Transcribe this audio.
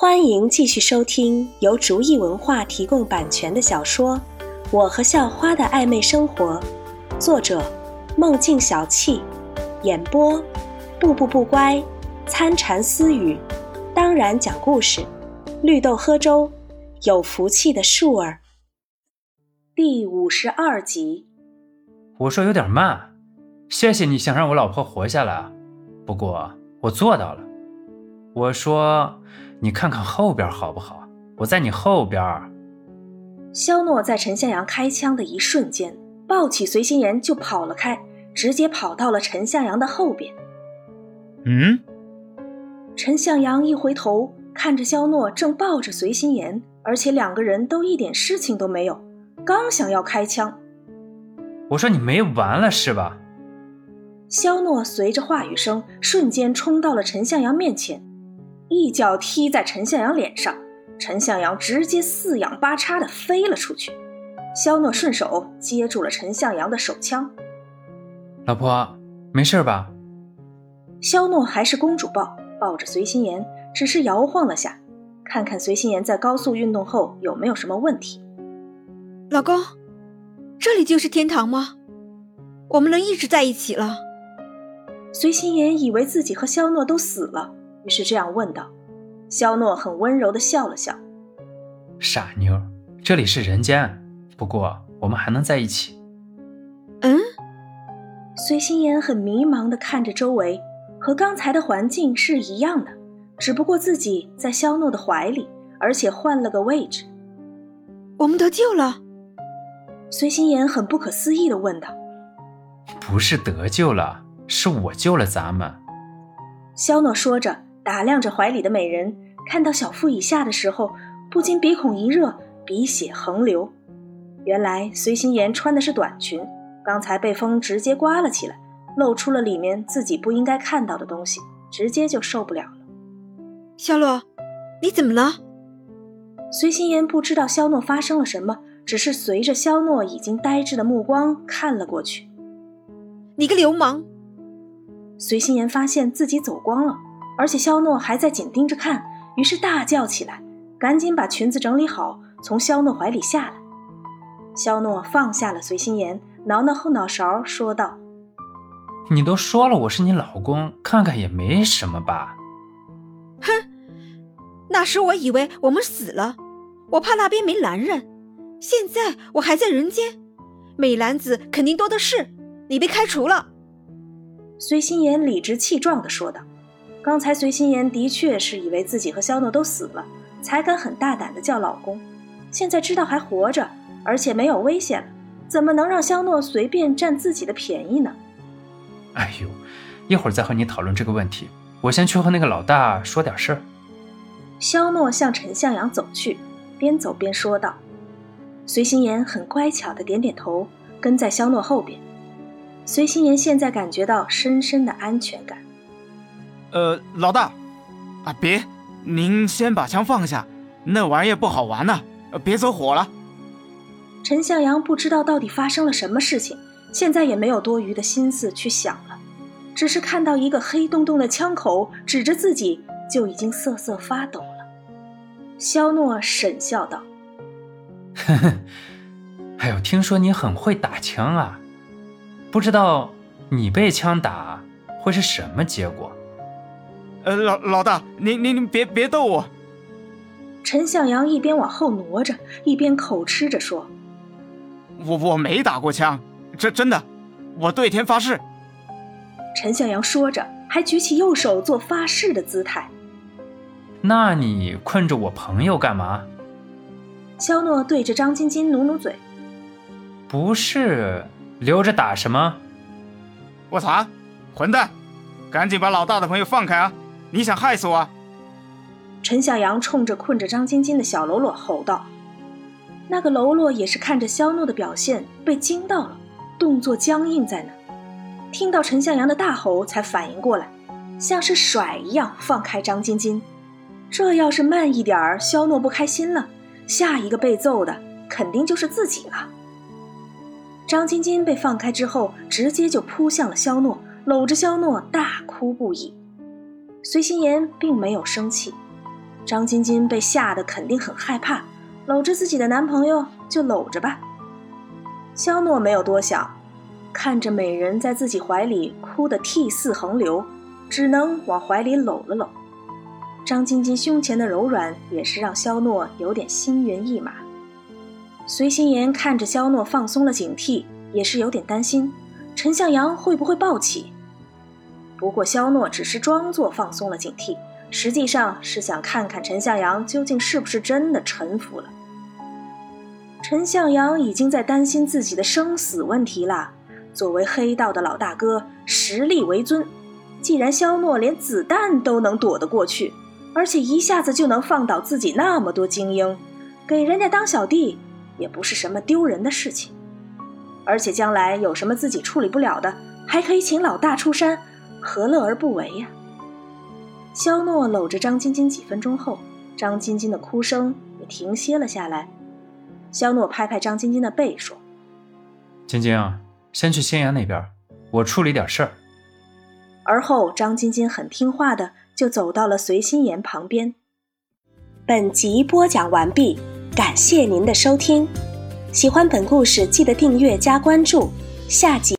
欢迎继续收听由竹意文化提供版权的小说《我和校花的暧昧生活》，作者梦境小憩，演播步步不乖、参禅私语，当然讲故事，绿豆喝粥，有福气的树儿。第52集。 我说有点慢，谢谢你想让我老婆活下来，不过我做到了。我说你看看后边好不好，我在你后边。 肖诺在陈向阳开枪的一瞬间抱起随心妍就跑了开，直接跑到了陈向阳的后边。陈向阳一回头看着肖诺正抱着随心妍，而且两个人都一点事情都没有，刚想要开枪。 我说你没完了是吧？ 肖诺随着话语声瞬间冲到了陈向阳面前，一脚踢在陈向阳脸上，陈向阳直接四仰八叉地飞了出去。肖诺顺手接住了陈向阳的手枪。 老婆，没事吧？ 肖诺还是公主抱着随心妍，只是摇晃了下，看看随心妍在高速运动后有没有什么问题。 老公，这里就是天堂吗？我们能一直在一起了？ 随心妍以为自己和肖诺都死了，于是这样问道。肖诺很温柔地笑了笑。 傻妞，这里是人间，不过我们还能在一起。 随心妍很迷茫地看着周围，和刚才的环境是一样的，只不过自己在肖诺的怀里，而且换了个位置。 我们得救了？ 随心妍很不可思议地问道。 不是得救了，是我救了咱们。 肖诺说着打量着怀里的美人，看到小腹以下的时候不禁鼻孔一热，鼻血横流。原来随心妍穿的是短裙，刚才被风直接刮了起来，露出了里面自己不应该看到的东西，直接就受不了了。 肖洛，你怎么了？ 随心妍不知道肖诺发生了什么，只是随着肖诺已经呆滞的目光看了过去。 你个流氓！ 随心妍发现自己走光了，而且肖诺还在紧盯着看，于是大叫起来，赶紧把裙子整理好，从肖诺怀里下来。肖诺放下了随心妍，挠挠后脑勺说道： 你都说了我是你老公，看看也没什么吧。 哼，那时我以为我们死了，我怕那边没男人，现在我还在人间，美男子肯定多的是，你被开除了。 随心妍理直气壮地说道。刚才随心妍的确是以为自己和肖诺都死了，才敢很大胆地叫老公，现在知道还活着，而且没有危险了，怎么能让肖诺随便占自己的便宜呢？ 哎呦，一会儿再和你讨论这个问题，我先去和那个老大说点事儿。 肖诺向陈向阳走去，边走边说道。随心妍很乖巧地点点头，跟在肖诺后边。随心妍现在感觉到深深的安全感。 老大，别，您先把枪放下，那玩意儿不好玩呢，别走火了。 陈向阳不知道到底发生了什么事情，现在也没有多余的心思去想了，只是看到一个黑洞洞的枪口指着自己，就已经瑟瑟发抖了。肖诺沈笑道： 呵呵，哎呦，听说你很会打枪啊，不知道你被枪打会是什么结果？ 老大，您别逗我。 陈向阳一边往后挪着，一边口吃着说： 我没打过枪，真的，我对天发誓。 陈向阳说着还举起右手做发誓的姿态。 那你困着我朋友干嘛？ 肖诺对着张晶晶努努嘴。 不是，留着打什么？ 我操，混蛋，赶紧把老大的朋友放开啊，你想害死我啊？ 陈向阳冲着困着张晶晶的小喽啰吼道。那个喽啰也是看着肖诺的表现被惊到了，动作僵硬在那，听到陈向阳的大吼才反应过来，像是甩一样放开张晶晶。这要是慢一点，肖诺不开心了，下一个被揍的肯定就是自己了。张晶晶被放开之后直接就扑向了肖诺，搂着肖诺大哭不已。随心妍并没有生气， 张晶晶被吓得肯定很害怕，搂着自己的男朋友就搂着吧。肖诺没有多想，看着美人在自己怀里哭得涕泗横流，只能往怀里搂了搂。张晶晶胸前的柔软也是让肖诺有点心猿意马。随心妍看着肖诺放松了警惕，也是有点担心陈向阳会不会暴起。不过肖诺只是装作放松了警惕，实际上是想看看陈向阳究竟是不是真的臣服了。陈向阳已经在担心自己的生死问题了，作为黑道的老大哥，实力为尊，既然肖诺连子弹都能躲得过去，而且一下子就能放倒自己那么多精英，给人家当小弟也不是什么丢人的事情。而且将来有什么自己处理不了的，还可以请老大出山，何乐而不为呀？肖诺搂着张晶晶几分钟后，张晶晶的哭声也停歇了下来。肖诺拍拍张晶晶的背说： 晶晶，先去新阳那边，我处理点事儿。 而后张晶晶很听话的就走到了随心妍旁边。本集播讲完毕，感谢您的收听。喜欢本故事记得订阅加关注，下集